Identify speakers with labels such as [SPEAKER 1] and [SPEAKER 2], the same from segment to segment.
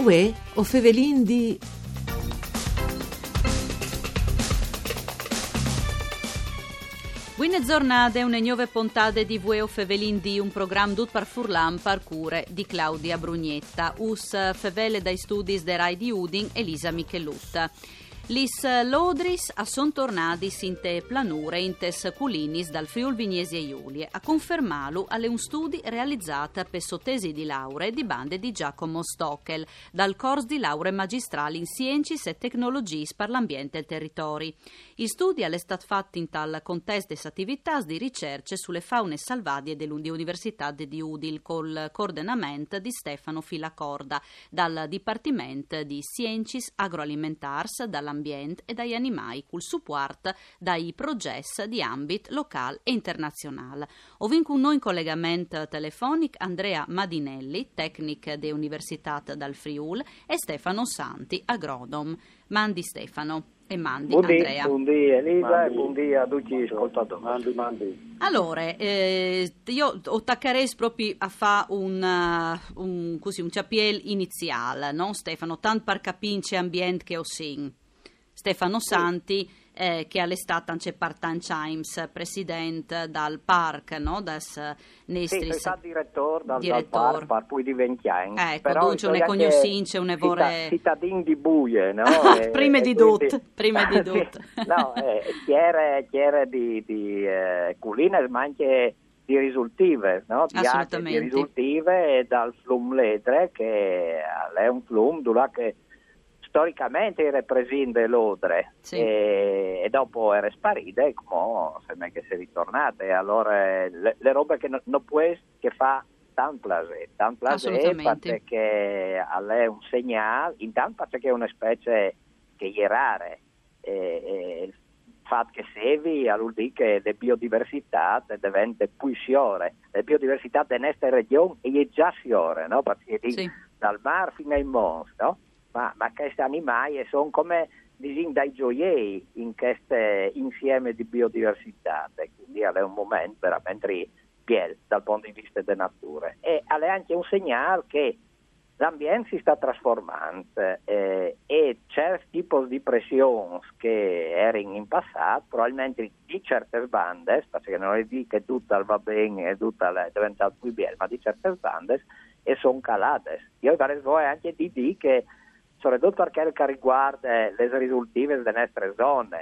[SPEAKER 1] Uè, o fevelin di...
[SPEAKER 2] Buone giornate, una nuova puntata di Vueo Fevelin di un programma dut par Furlan parcure di Claudia Brugnetta, us fevele dai studi de Rai di Udin, Elisa Michelutta. Lis Lodris a son tornadis in te planure in tes culinis dal Friul Vignesi e Iulie a confermalu alle un studi realizzata per sottesi di laurea di bande di Giacomo Stockel dal corso di laurea magistrali in Sciencis e Tecnologies per l'ambiente e il territori. Il studi è stato fatto in tal contesto des attività di ricerca sulle faune salvadie dell'Università di Udil col coordinamento di Stefano Filacorda dal Dipartimento di Sciencis Agroalimentars dall'ambiente e dagli animali col supporto dai progetti di ambito locale e internazionale. Ovin con noi in collegamento telefonico Andrea Madinelli, tecnico dell'Università dal Friul, e Stefano Santi, agronom. Mandi Stefano. E mandi Andrea.
[SPEAKER 3] Buondì Elisa e buondì a tutti gli ascoltatori. Mandi.
[SPEAKER 2] Allora, io attaccherei proprio a fare un ciappiel iniziale, no Stefano? Tanto per capire ambiente che ho sin. Stefano Santi, che è stato anche part-time Chimes, presidente dal park, no?
[SPEAKER 3] Sì, sei stato direttore dal park, poi di 20 anni.
[SPEAKER 2] Ecco,
[SPEAKER 3] però
[SPEAKER 2] dunque un cognoscenze, un evore...
[SPEAKER 3] cittadino di Buie, no?
[SPEAKER 2] prima di tutto.
[SPEAKER 3] No, chiere di culine, ma anche di risultive, no?
[SPEAKER 2] Assolutamente.
[SPEAKER 3] Di risultive dal Flum Ledre, che è un flum che storicamente era presente l'Odre, sì. e dopo era sparita e come sembra che sia ritornata. E allora le robe che non può che fa tanto plaisir perché è un segnale, intanto perché è una specie che è rara, il fatto che sevi vuol dire che le biodiversità diventa più fiore, le biodiversità della nostra regione è già fiore, no? Perché sì. Dal mare fino ai monti, no? Ma questi animali sono come dai gioielli in questo insieme di biodiversità, e quindi è un momento veramente bello dal punto di vista della natura. E è anche un segnale che l'ambiente si sta trasformando e certi tipi di pressioni che erano in passato, probabilmente di certe bande, perché non è di che tutto va bene e tutto è diventato più bello, ma di certe bande e sono calate. Io vorrei anche di dire che soprattutto perché riguarda le risultive delle nostre zone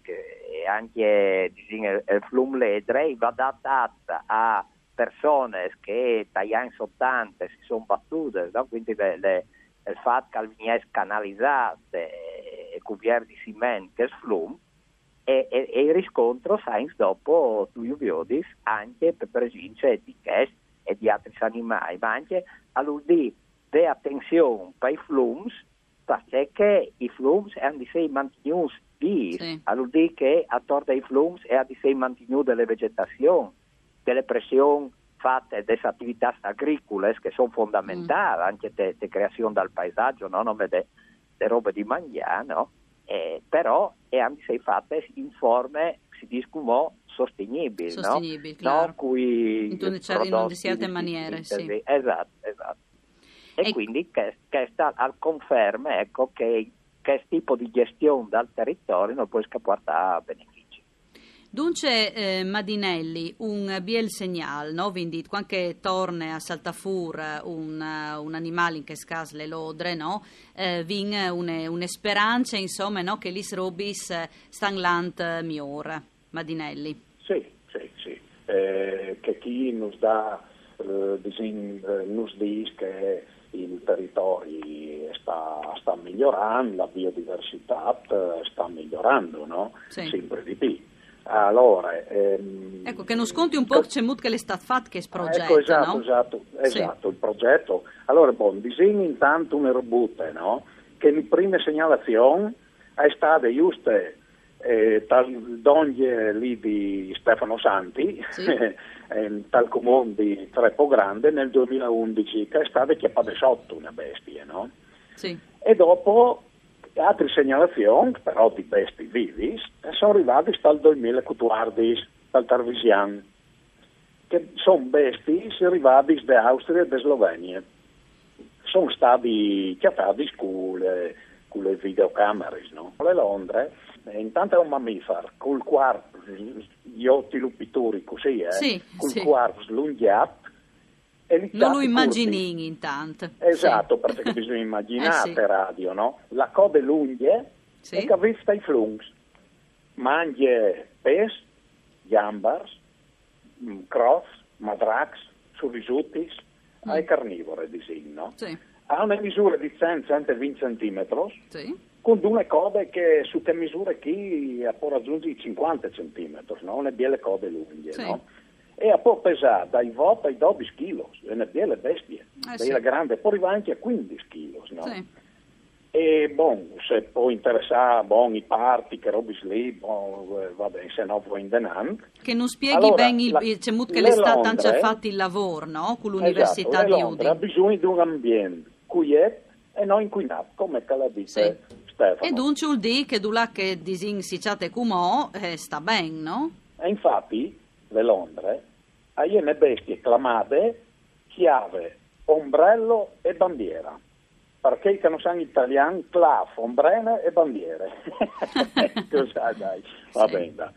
[SPEAKER 3] e anche il Flum Ledre va adattata a persone che dagli anni 80 si sono battute, no? Quindi il fatto che viene canalizzate e cuviere di cemento che Flum e il riscontro science dopo tu viodis anche per esempio di questo e di altri animali, ma anche all'udì di attenzione per i flums, perché i flums hanno di sé mantenuti vivi, sì. All'udì che attorno ai flums è di sé mantenuta delle vegetazioni, delle pressioni fatte delle attività agricole che sono fondamentali, anche di creazione dal paesaggio, no? Non vede le robe di mangiare, no? Però hanno di sé fatte in forme, si dice come sostenibili, no?
[SPEAKER 2] Claro.
[SPEAKER 3] No? Cui
[SPEAKER 2] in certe maniere, sì.
[SPEAKER 3] Esatto. E quindi questa conferma, ecco, che questo tipo di gestione dal territorio non può scappare a benefici.
[SPEAKER 2] Dunque, Madinelli, un biel segnale, no? Quindi, quando torna a Saltafur un animale in che scas le lodre, no? Vin una speranza, insomma, no? Che lis robis stan lant miglior, Madinelli.
[SPEAKER 4] Sì. Che chi nos dà, nos dice che il territorio sta migliorando, la biodiversità sta migliorando, no? Sì. Sempre di più. Allora,
[SPEAKER 2] ecco, che non sconti un po' c'è che le stat fatto che è progetto,
[SPEAKER 4] ecco, esatto,
[SPEAKER 2] no?
[SPEAKER 4] Esatto,
[SPEAKER 2] sì.
[SPEAKER 4] Il progetto. Allora, disegni intanto una robutta, no? Che le prime segnalazioni è stata giuste dall'Onghie lì di Stefano Santi, sì. Tal comune di Treppo Grande nel 2011, che è stata chiappata sotto una bestia, no?
[SPEAKER 2] Sì.
[SPEAKER 4] E dopo altre segnalazioni, però di bestie vivi, sono arrivate dal 2014, dal Tarvisian, che sono bestie arrivate da Austria e da Slovenia. sono stati chiamati con le videocamere, no? Le Londre, intanto è un mammifero, col quarto, gli otti lupitori così, col quarto slunghiato.
[SPEAKER 2] Non lo immagini intanto.
[SPEAKER 4] Esatto, perché bisogna immaginare radio, no? La coda lunga e che vive dai flungs. Mangia pes, gambars, crocs, madrax, surrisutis, ai carnivore, no? Ha una misura di 100-120 cm, con due code che su che misure chi può raggiungere i 50 cm, no? Una biele code lunghe, no? E può pesare dai 8 ai 12 kg, è una biele bestie, bella grande, poi arriva anche a 15 kg, no? E se può interessare i parti, che robe lì, va bene, se no vuoi indenant.
[SPEAKER 2] Che non spieghi ben c'è molto che l'estate hanno già fatto il lavoro, no? Con l'università di Udine.
[SPEAKER 4] Ha bisogno di un ambiente quiet e non inquinato, come la dice Stefano.
[SPEAKER 2] E dunque vuol dire che che disin si ciate comò sta ben, no?
[SPEAKER 4] E infatti le Londre hai le bestie clamate, chiave, ombrello e bandiera. Perché che non sanno italiano, claf, ombrene e bandiere. Cos'è, dai? Va bene, dai.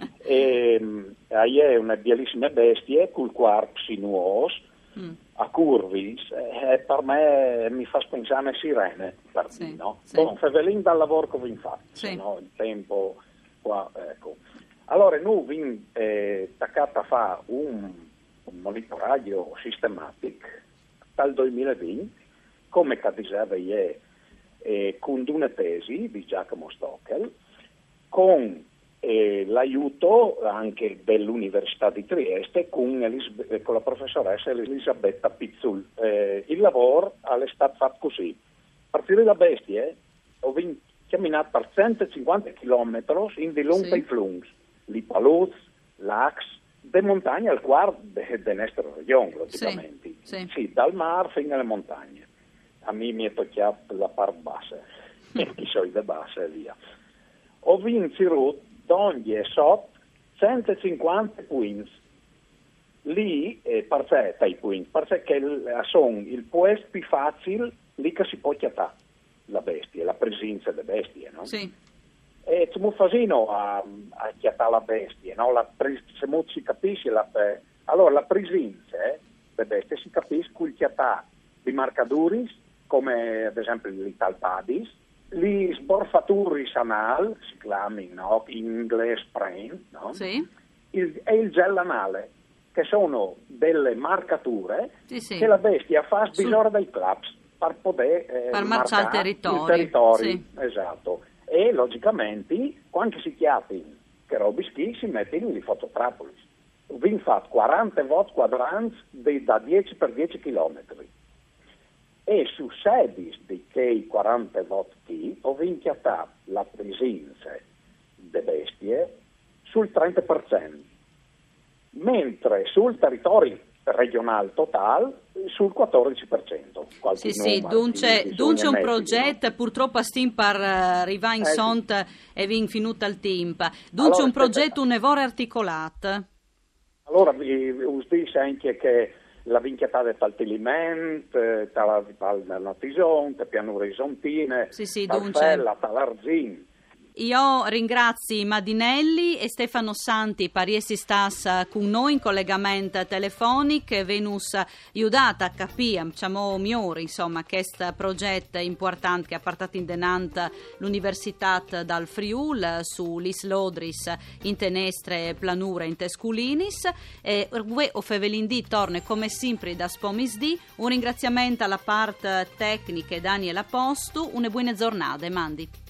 [SPEAKER 4] E hai una bellissima bestia col quarto sinuoso, a curvis, per me mi fa pensare a sirene, no? Fevelin dal lavoro che vi faccio, no? Il tempo qua, ecco. Allora noi vi attaccati a fare un monitoraggio sistematico dal 2020, come diceva ieri, con una tesi di Giacomo Stockel, con l'aiuto anche dell'Università di Trieste, con la professoressa Elisabetta Pizzul. Il lavoro è stato fatto così. A partire da bestie, ho camminato per 150 km in di lungo i flungs, li paluz, l'ax, de montagne al quarto della nostra regione, logicamente. Sì, dal mare fino alle montagne. A me mi è toccato la parte bassa, e i soldi bassa e via. Ho vinto d'ogni e sotto 150 points. Lì, perché sono il posto più facile lì che si può chiamare la bestia, la presenza delle bestie, no? Sì. E c'è molto facile a chiamare la bestia, no? Se molto si capisce, allora la presenza delle bestie si capisce con il chiamare di marcaduri, come ad esempio gli talpadis, gli sborfaturi anal, si chiamano, no? In inglese sprain, no? E il gel anale, che sono delle marcature che la bestia fa bisogno dai claps per poter marcare il territorio. Esatto. E logicamente, quando si chiappi che robischi, si mettono in fototrapoli. Vi fatto 40 volte quadranti da 10 per 10 km. E su 16 di quei 40 voti ho vinchiatato la presenza delle bestie sul 30%, mentre sul territorio regionale totale sul 14%.
[SPEAKER 2] Sì, dunque un progetto, purtroppo a Stimpar arriva in sont e vi finito il tempo. Dunque un progetto un evore articolato.
[SPEAKER 4] Allora vi dice anche che la vinchiata del taltilimento, dal notizon, del piano orizzontine, dal fella, dall'arzin.
[SPEAKER 2] Io ringrazio Madinelli e Stefano Santi, pariesi stas con noi in collegamento telefonico e venus aiutata a capire, diciamo, migliore, insomma, questo progetto importante che ha portato in denant l'Università dal Friul su Lis Lodris in tenestre planure in Tesculinis e o Fevelindì torna come sempre da Spomisdì. Un ringraziamento alla parte tecnica Daniela Postu, una buona giornata, Mandi.